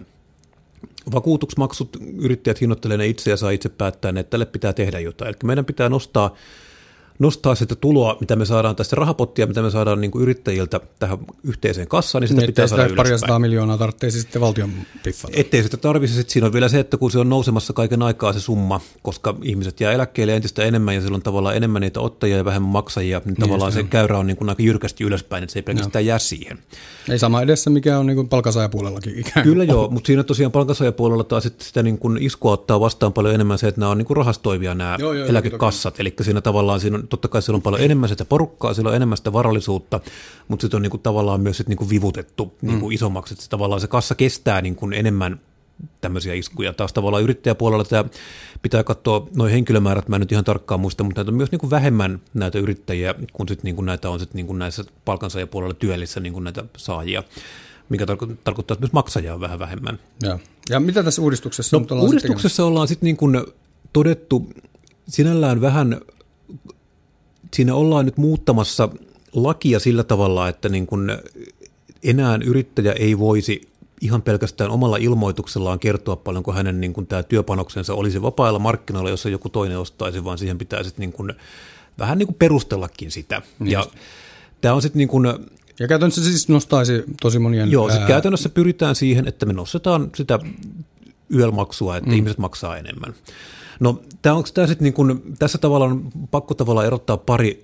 vakuutusmaksut, yrittäjät hinnoittelee ne itse ja saa itse päättää, että tälle pitää tehdä jotain. Eli meidän pitää nostaa nostaa sitä tuloa, mitä me saadaan tästä rahapottia, mitä me saadaan niin kuin yrittäjiltä tähän yhteiseen kassaan, niin sitä niin, pitää saada ylöspäin. Parisataa miljoonaa tarvitsisi sitten valtion piffata. Ettei sitä tarvitse. Sitten siinä on vielä se, että kun se on nousemassa kaiken aikaa se summa, koska ihmiset jää eläkkeelle entistä enemmän ja silloin tavallaan enemmän niitä ottajia ja vähemmän maksajia, niin, niin tavallaan se käyrä on niin kuin aika jyrkästi ylöspäin, että se ei pelkästään jää siihen. Ei sama edessä, mikä on niin kuin palkansaajapuolellakin ikään. Kyllä joo, mutta siinä tosiaan palkansaajapuolella taas sitä niin kuin iskua ottaa vastaan paljon enemmän se, että nämä on niin kuin rahastoivia nämä joo, joo, eläkekassat, eli siinä tavallaan siinä on, totta kai siellä on paljon enemmän sitä porukkaa, siellä on enemmän sitä varallisuutta, mutta sitten on niin kuin tavallaan myös sit niin kuin vivutettu niin kuin isommaksi, että se, tavallaan se kassa kestää niin kuin enemmän tämmöisiä iskuja. Taas tavallaan yrittäjäpuolella tämä pitää katsoa nuo henkilömäärät, mä en nyt ihan tarkkaan muista, mutta näitä on myös niin kuin vähemmän näitä yrittäjiä, kun sit niin kuin näitä on sit niin kuin näissä palkansaajapuolella työllissä niin kuin näitä saajia, mikä tarko- tarkoittaa, että myös maksajia on vähän vähemmän. Ja, ja mitä tässä uudistuksessa no, nyt ollaan uudistuksessa ollaan sitten niin kuin todettu sinällään vähän, siinä ollaan nyt muuttamassa lakia sillä tavalla, että niin kuin enää yrittäjä ei voisi ihan pelkästään omalla ilmoituksellaan kertoa paljonko hänen niin kuin tämä työpanoksensa olisi vapailla markkinoilla, jossa joku toinen ostaisi, vaan siihen pitää sitten niin kuin vähän niin kuin perustellakin sitä. Niin ja tämä on sitten niin kuin ja käytännössä siis nostaisi tosi monien... Joo, ää... käytännössä pyritään siihen, että me nostetaan sitä Y E L-maksua, että mm. ihmiset maksaa enemmän. No, tämä onko tämä sitten niin kuin, tässä tavalla on pakko tavallaan erottaa pari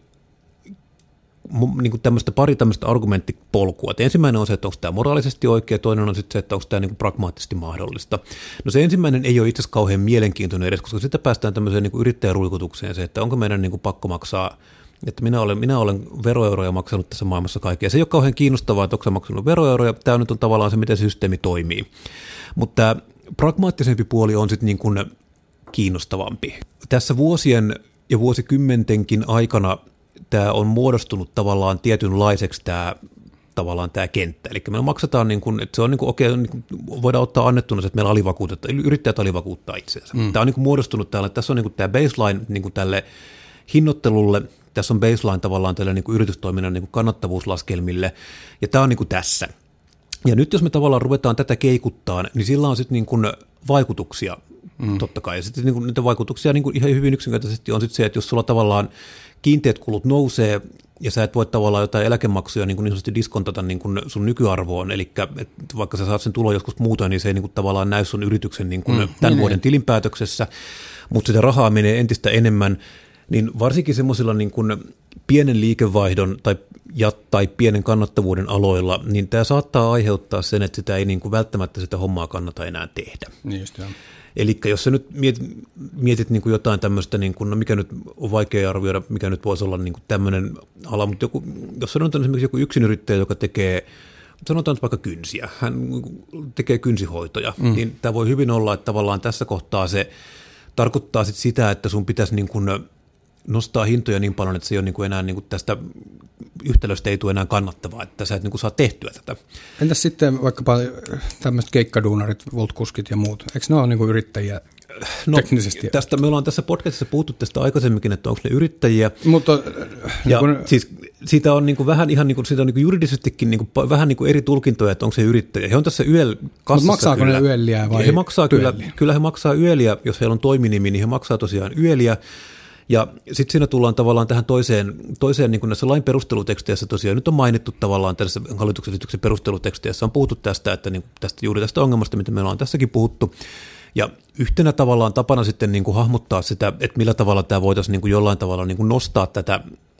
niin kuin tämmöistä, pari tämmöistä argumenttipolkua. Et ensimmäinen on se, että onko tämä moraalisesti oikea, toinen on sitten se, että onko tämä niin kuin pragmaattisesti mahdollista. No se ensimmäinen ei ole itse asiassa kauhean mielenkiintoinen edes, koska sitten päästään tämmöiseen niin kuin yrittäjäruikutukseen se, että onko meidän niin kuin pakko maksaa, että minä olen, minä olen veroeuroja maksanut tässä maailmassa kaikkea. Se ei ole kauhean kiinnostavaa, että onko se maksanut veroeuroja, tämä nyt on tavallaan se, miten systeemi toimii. Mutta tämä pragmaattisempi puoli on sitten niin kuin kiinnostavampi. Tässä vuosien ja vuosikymmentenkin aikana tämä on muodostunut tavallaan tietynlaiseksi tämä, tavallaan tämä kenttä. Eli me maksataan, niin kuin, että se on niin kuin, okei, niin kuin, voidaan ottaa annettuna se, että meillä alivakuutetaan, yrittäjät alivakuuttaa itseensä. Mm. Tämä on niin kuin muodostunut täällä, tässä on niin kuin tämä baseline niin kuin tälle hinnoittelulle, tässä on baseline tavallaan tälle niin kuin yritystoiminnan niin kuin kannattavuuslaskelmille, ja tämä on niin kuin tässä. Ja nyt jos me tavallaan ruvetaan tätä keikuttaa, niin sillä on sitten niin kuin vaikutuksia, mm. totta kai. Ja sitten niin kuin niitä vaikutuksia niin kuin ihan hyvin yksinkertaisesti on sitten se, että jos sulla tavallaan kiinteät kulut nousee, ja sä et voi tavallaan jotain eläkemaksuja niin, kuin niin sanotusti diskontata niin kuin sun nykyarvoon, eli vaikka sä saat sen tulon joskus muuta, niin se ei niin kuin tavallaan näy sun yrityksen niin kuin mm, tämän niin, vuoden niin. tilinpäätöksessä, mutta sitä rahaa menee entistä enemmän, niin varsinkin semmoisilla niin kuin pienen liikevaihdon tai, ja, tai pienen kannattavuuden aloilla, niin tämä saattaa aiheuttaa sen, että sitä ei niin kuin välttämättä sitä hommaa kannata enää tehdä. Niin just, joo. Eli jos sä nyt mietit, mietit niin kuin jotain tämmöistä, niin kuin, no mikä nyt on vaikea arvioida, mikä nyt voisi olla niin kuin tämmöinen ala, mutta joku, jos sanotaan esimerkiksi joku yksinyrittäjä, joka tekee, sanotaan nyt vaikka kynsiä, hän tekee kynsihoitoja, mm. niin tämä voi hyvin olla, että tavallaan tässä kohtaa se tarkoittaa sit sitä, että sun pitäisi niin kuin nostaa hintoja niin paljon, että se ei ole niin kuin enää niin kuin tästä yhtälöstä ei tule enää kannattavaa, että sä et niin kuin saa tehtyä tätä. Entäs sitten vaikkapa tämmöiset keikkaduunarit, voltkuskit ja muut, eikö ne ole niin kuin yrittäjiä no, teknisesti? Tästä, me ollaan tässä podcastissa puhuttu tästä aikaisemminkin, että onko ne yrittäjiä. Mutta ja kun siis siitä on niin kuin vähän ihan niin kuin, siitä on niin kuin juridisestikin niin kuin vähän niin kuin eri tulkintoja, että onko se yrittäjä. He on tässä Y E L-kassassa. Mutta maksaako kyllä. ne Y E Liä vai he maksaa kyllä, kyllä he maksaa Y E Liä, jos heillä on toiminimi, niin he maksaa tosiaan Y E Liä. Ja sitten siinä tullaan tavallaan tähän toiseen, toiseen niin kuin näissä lain perusteluteksteissä tosiaan, nyt on mainittu tavallaan tässä hallituksen esityksen perusteluteksteissä on puhuttu tästä, että niin tästä, juuri tästä ongelmasta, mitä meillä on tässäkin puhuttu. Ja yhtenä tavallaan tapana sitten niin kuin hahmottaa sitä, että millä tavalla tämä voitaisiin niin kuin jollain tavalla niin kuin nostaa tätä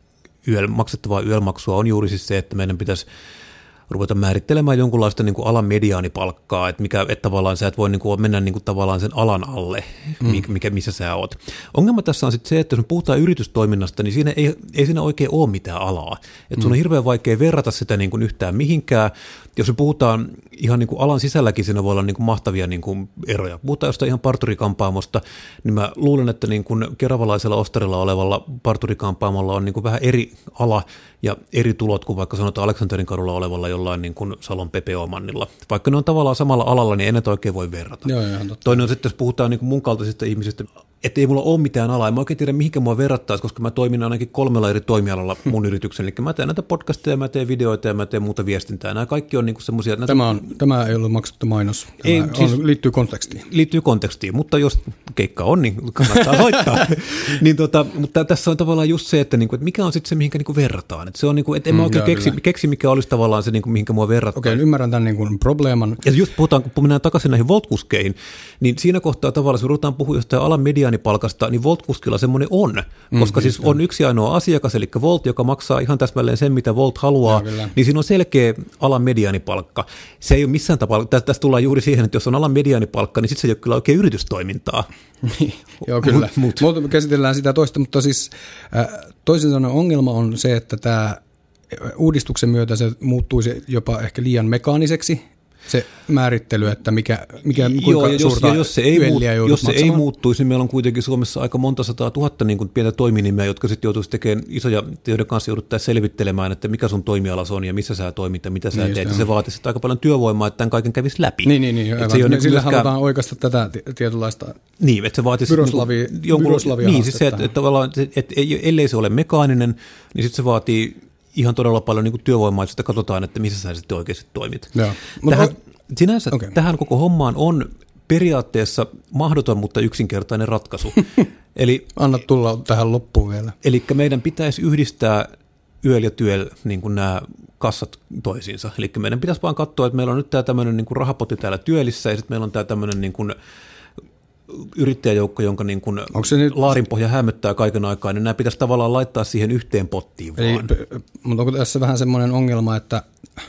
Y E L, maksettavaa Y E L-maksua on juuri siis se, että meidän pitäisi ruveta määrittelemään jonkunlaista niin kuin alan mediaanipalkkaa, että, mikä, että tavallaan sä et voi niin kuin mennä niin kuin tavallaan sen alan alle, mm. mikä, missä sä oot. Ongelma tässä on sitten se, että jos me puhutaan yritystoiminnasta, niin siinä ei, ei siinä oikein ole mitään alaa. Että sun on hirveän vaikea verrata sitä niin kuin yhtään mihinkään. Jos me puhutaan ihan niin kuin alan sisälläkin, siinä voi olla niin kuin mahtavia niin kuin eroja. Puhutaan jostain ihan parturikampaamosta, niin mä luulen, että niin kuin keravalaisella ostarilla olevalla parturikampaamolla on niin kuin vähän eri ala ja eri tulot kuin vaikka sanotaan Aleksanterin kadulla olevalla jollain niin kuin Salon Pepe Omannilla. Vaikka ne on tavallaan samalla alalla, niin en et oikein voi verrata. Joo, joo, toinen on sitten, jos puhutaan niin kuin mun kaltaisista ihmisistä, että ei mulla ole mitään alaa. En mä oikein tiedä, mihinkä mua verrattaisi, koska mä toimin ainakin kolmella eri toimialalla mun yrityksen. Eli mä teen näitä podcasteja, mä teen videoita ja mä teen muuta viestintää. Nämä kaikki on niinku semmoisia... Tämä, on, tämä ei ollut maksettu mainos. Tämä ei, on, siis, liittyy kontekstiin. Liittyy kontekstiin, mutta jos keikka on, niin kannattaa soittaa. niin tota, mutta tässä on tavallaan just se, että, niinku, että mikä on sitten se, mihinkä niinku verrataan. Että se on niinku, että en mä oikein mm, keksi, keksi, mikä olisi tavallaan se, niinku, mihinkä mua verrataan. Okei, ymmärrän tämän niinku probleeman. Ja just puhutaan, kun mennään takaisin näihin Volt-kuskeihin, niin siinä kohtaa tavallaan, jos me ruvetaan puhua jostain alan mediaanipalkasta, niin Volt-kuskilla semmoinen on, koska mm, siis on yksi ainoa asiakas, eli Volt, joka maksaa ihan täsmälleen sen, mitä Volt haluaa, ja, niin siinä on selkeä alan mediaanipalkka. Se ei ole missään tapauksessa, tässä tullaan juuri siihen, että jos on alan mediaanipalkka, niin sitten se ei ole kyllä oikein yritystoimintaa. Joo, kyllä. Mut, mut. Käsitellään sitä toista, mutta siis äh, toisin sanoen ongelma on se, että tämä uudistuksen myötä se muuttuisi jopa ehkä liian mekaaniseksi, se määrittely, että mikä, mikä kuinka Joo, suurta jos, jos se ei, muut, jos se ei muuttuisi, niin meillä on kuitenkin Suomessa aika monta sataa tuhatta niin kuin pientä toiminimeä, jotka sitten joutuisi tekemään isoja, joiden kanssa jouduttaisiin selvittelemään, että mikä sun toimialasi on ja missä sä toimit ja mitä sä niin teet. Ja se vaatisi aika paljon työvoimaa, että tämän kaiken kävisi läpi. Niin, niin, niin aivan. Se niin sillä halutaan oikaista tätä tietynlaista niin, että se vaatisi byroslavia, jonkun, niin, siis se, että, että, että, että ellei se ole mekaaninen, niin sitten se vaatii ihan todella paljon niin kuin työvoimaa, että katsotaan, että missä sä sitten oikeasti toimit. Joo. Tähän, sinänsä okay. Tähän koko hommaan on periaatteessa mahdoton, mutta yksinkertainen ratkaisu. Eli, Anna tulla tähän loppuun vielä. Eli meidän pitäisi yhdistää yöl ja työl niin kuin nämä kassat toisiinsa. Eli meidän pitäisi vaan katsoa, että meillä on nyt tämä tämmöinen niin kuin rahapotti täällä työlissä, ja sitten meillä on tämä tämmöinen niin kuin yrittäjäjoukko, jonka niin kuin laarinpohja hämöttää kaiken aikaa, niin nämä pitäisi tavallaan laittaa siihen yhteen pottiin vaan. Eli, mutta onko tässä vähän semmoinen ongelma, että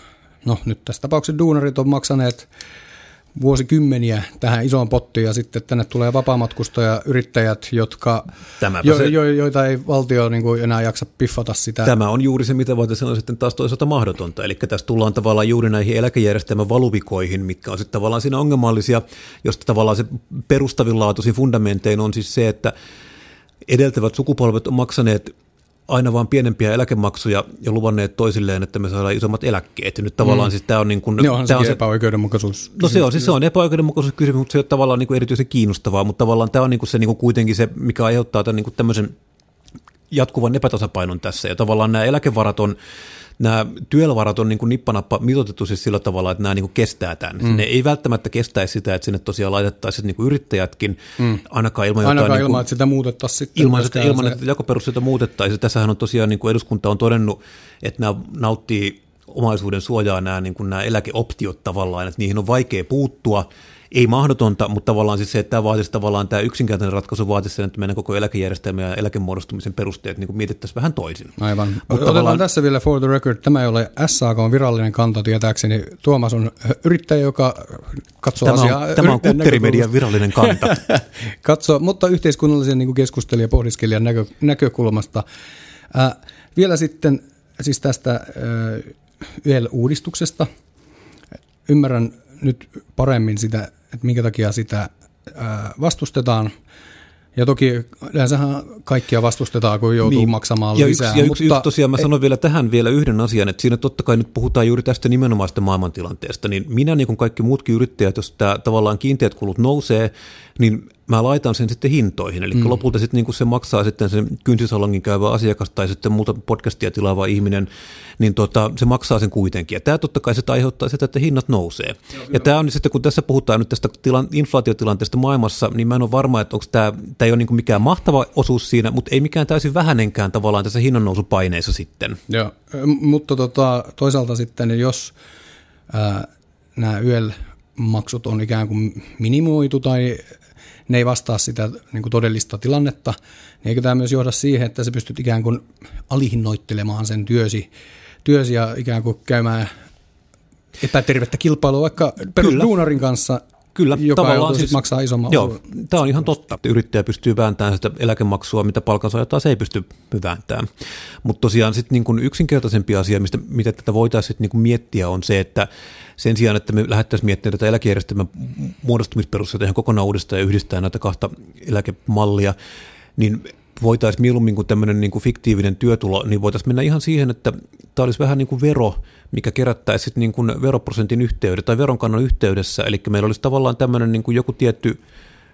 no nyt tässä tapauksessa duunarit on maksaneet vuosikymmeniä tähän isoon pottiin ja sitten tänne tulee vapaamatkustajayrittäjät, jotka, jo, jo, joita ei valtio niin kuin enää jaksa piffata sitä. Tämä on juuri se, mitä voitaisiin sanoa sitten taas toisaalta mahdotonta. Eli tässä tullaan tavallaan juuri näihin eläkejärjestelmän valuvikoihin, mitkä on sitten tavallaan siinä ongelmallisia, josta tavallaan se perustavinlaatuisin fundamentein on siis se, että edeltävät sukupolvet on maksaneet aina vaan pienempiä eläkemaksuja ja luvanneet toisilleen, että me saadaan isommat eläkkeet. Ja nyt tavallaan mm. siis tämä on niin kuin... Ne onhan tämä on se epäoikeudenmukaisuus. No se on, siis se on epäoikeudenmukaisuuskysymys, mutta se on tavallaan niin kuin erityisen kiinnostavaa, mutta tavallaan tämä on niin kuin se niin kuin kuitenkin se, mikä aiheuttaa tämän niin kuin tämmöisen jatkuvan epätasapainon tässä. Ja tavallaan nämä eläkevarat on, nämä työelävarat on niin kuin nippanappa mitoitettu siis sillä tavalla, että nämä niin kuin kestää tämän. Mm. Ne ei välttämättä kestäisi sitä, että sinne tosiaan laitettaisiin niin kuin yrittäjätkin, mm. ainakaan ilman ainakaan jotain... ilman, niin että sitä muutettaisiin sitten. Ilman, että, ilman se... että jakoperusteita muutettaisiin. Tässähän on tosiaan, niin kuin eduskunta on todennut, että nämä nauttii omaisuuden suojaa nämä, niin kuin nämä eläkeoptiot tavallaan, että niihin on vaikea puuttua. Ei mahdotonta, mutta tavallaan siis se, että tämä vaatisi tavallaan tämä yksinkertainen ratkaisu vaatisi sen, että meidän koko eläkejärjestelmä ja eläkemuodostumisen perusteet niin kuin mietittäisiin vähän toisin. Aivan. Mutta otetaan tavallaan... tässä vielä for the record, tämä ei ole S A K:n virallinen kanta tietääkseni. Tuomas on yrittäjä, joka katsoo tämä asiaa. On, tämä on Kutterimedian virallinen kanta. Katsoo, mutta yhteiskunnallisen niin kuin keskustelija ja pohdiskelijan näkö, näkökulmasta. Äh, vielä sitten siis tästä äh, Y E L-uudistuksesta. Ymmärrän nyt paremmin sitä, että minkä takia sitä vastustetaan. Ja toki yleensähän kaikkia vastustetaan, kun joutuu niin, maksamaan ja lisää. Yksi, ja yksi, mutta... yksi tosiaan, mä sanon vielä tähän vielä yhden asian, että siinä totta kai nyt puhutaan juuri tästä nimenomaista maailmantilanteesta, niin minä niin kuin kaikki muutkin yrittäjät, jos tämä tavallaan kiinteät kulut nousee, niin mä laitan sen sitten hintoihin, eli mm. lopulta sitten niin kuin se maksaa sitten sen kynsisalongin käyvä asiakas tai sitten muuta podcastia tilaava ihminen, niin tota, se maksaa sen kuitenkin. Ja tämä totta kai sitä aiheuttaa sitä, että hinnat nousee. Joo, ja tämä on sitten, kun tässä puhutaan nyt tästä tilan, inflaatiotilanteesta maailmassa, niin mä en ole varma, että onko tämä, tämä ei ole niin kuin mikään mahtava osuus siinä, mutta ei mikään täysin vähänenkään tavallaan tässä hinnannousupaineissa sitten. Joo, mutta tota, toisaalta sitten, jos ää, nämä Y E L-maksut on ikään kuin minimoitu tai ne ei vastaa sitä niin kuin todellista tilannetta, niin eikö tämä myös johda siihen, että sä pystyt ikään kuin alihinnoittelemaan sen työsi, työsi ja ikään kuin käymään epätervettä kilpailua vaikka perusduunarin kanssa, Kyllä, joka siis maksaa isomman joo, osuuden. Tämä on ihan totta. Yrittäjä pystyy vääntämään sitä eläkemaksua, mitä palkansaaja taas ei pysty vääntämään. Mutta tosiaan sit niin kun yksinkertaisempi asia, mistä, mitä tätä voitaisiin niin kun miettiä, on se, että sen sijaan, että me lähdettäisiin miettimään tätä eläkejärjestelmän muodostumisperusteita ihan kokonaan uudestaan ja yhdistää näitä kahta eläkemallia, niin voitaisiin mieluummin kuin tämmöinen niin kuin fiktiivinen työtulo, niin voitaisiin mennä ihan siihen, että tämä olisi vähän niin kuin vero, mikä kerättäisiin niin kuin veroprosentin yhteydessä tai veronkannon yhteydessä, eli meillä olisi tavallaan tämmöinen niin kuin joku tietty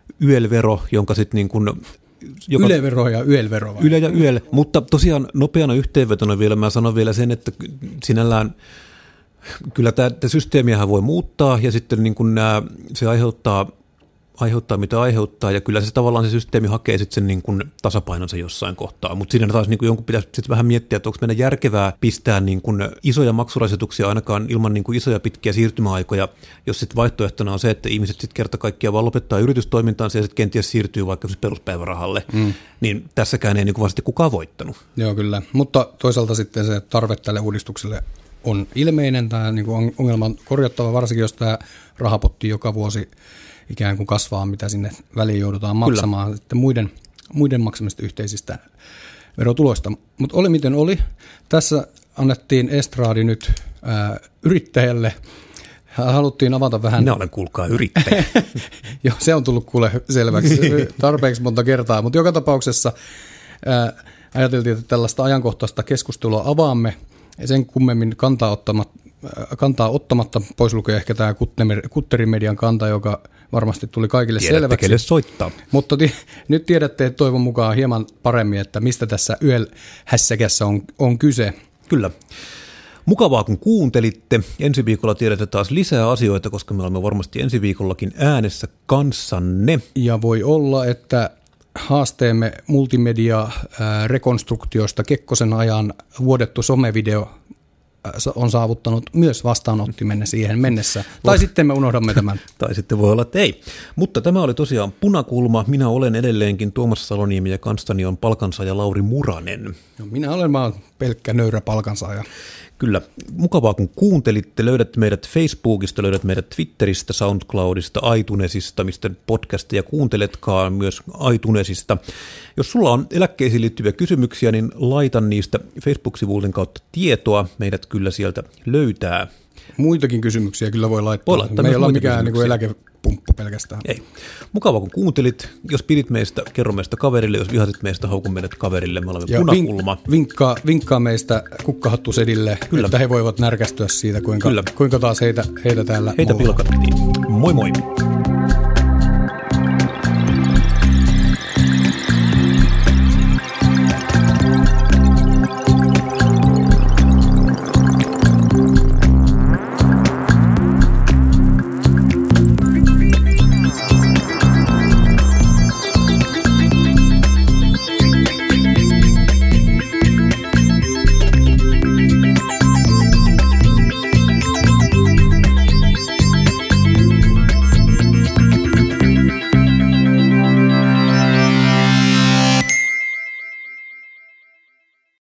Y E L-vero, jonka sitten niin kuin... Joka, Yle-vero ja Y E L-vero. Yle ja Y E L, mutta tosiaan nopeana yhteenvetona vielä mä sanon vielä sen, että sinällään kyllä tämä systeemiähän voi muuttaa ja sitten niin kuin nämä, se aiheuttaa, aiheuttaa mitä aiheuttaa ja kyllä se tavallaan se systeemi hakee sitten sen niin kuin tasapainonsa jossain kohtaa, mutta siinä taas niin kuin jonkun pitäisi sitten vähän miettiä, että onko meidän järkevää pistää niin kuin isoja maksurasituksia ainakaan ilman niin kuin isoja pitkiä siirtymäaikoja, jos sitten vaihtoehtona on se, että ihmiset sitten kerta kaikkiaan vaan lopettaa yritystoimintaansa ja sitten kenties siirtyy vaikka peruspäivärahalle, mm. niin tässäkään ei niin kuin varmasti kukaan voittanut. Joo kyllä, mutta toisaalta sitten se tarve tälle uudistukselle on ilmeinen, tämä niin kuin ongelma on korjattava, varsinkin jos tämä rahapotti joka vuosi ikään kuin kasvaa, mitä sinne väliin joudutaan maksamaan Kyllä. sitten muiden, muiden maksamista yhteisistä verotuloista. Mutta oli miten oli. Tässä annettiin estraadi nyt ää, yrittäjälle. Haluttiin avata vähän. Minä olen kuulkaa yrittäjä. Joo, se on tullut kuule selväksi tarpeeksi monta kertaa, mutta joka tapauksessa ää, ajateltiin, että tällaista ajankohtaista keskustelua avaamme ja sen kummemmin kantaa ottamatta, kantaa ottamatta pois lukee ehkä tämä Kutterin median kanta, joka varmasti tuli kaikille Tiedätte, selväksi. Kelle soittaa. Mutta ti- nyt tiedätte toivon mukaan hieman paremmin, että mistä tässä Y E L-hässäkässä on, on kyse. Kyllä. Mukavaa, kun kuuntelitte. Ensi viikolla tiedätte taas lisää asioita, koska me olemme varmasti ensi viikollakin äänessä kanssanne. Ja voi olla, että haasteemme multimedia-rekonstruktiosta Kekkosen ajan vuodettu somevideo on saavuttanut myös vastaanottimenne siihen mennessä. Tai sitten me unohdamme tämän. Tai sitten voi olla, että ei. Mutta tämä oli tosiaan Punakulma. Minä olen edelleenkin Tuomas Saloniemi ja kanssani on palkansaaja Lauri Muranen. No, minä olen vaan pelkkä nöyrä palkansaaja. Kyllä. Mukavaa, kun kuuntelitte. Löydät meidät Facebookista, löydät meidät Twitteristä, SoundCloudista, iTunesista, mistä podcasteja kuunteletkaan, myös iTunesista. Jos sulla on eläkkeisiin liittyviä kysymyksiä, niin laita niistä Facebook-sivuilten kautta tietoa. Meidät kyllä sieltä löytää. Muitakin kysymyksiä kyllä voi laittaa. Voi laittaa Me ei olla mikään niin kuin eläkepumppu pelkästään. Ei. Mukavaa, kun kuuntelit. Jos pidit meistä, kerro meistä kaverille. Jos vihatit meistä, haukun meidät kaverille. Me olemme ja Punakulma. Vink, vinkkaa, vinkkaa meistä kukkahattusedille, kyllä. Että he voivat närkästyä siitä, kuinka, kuinka taas heitä, heitä täällä Heitä pilkattiin. Moi moi.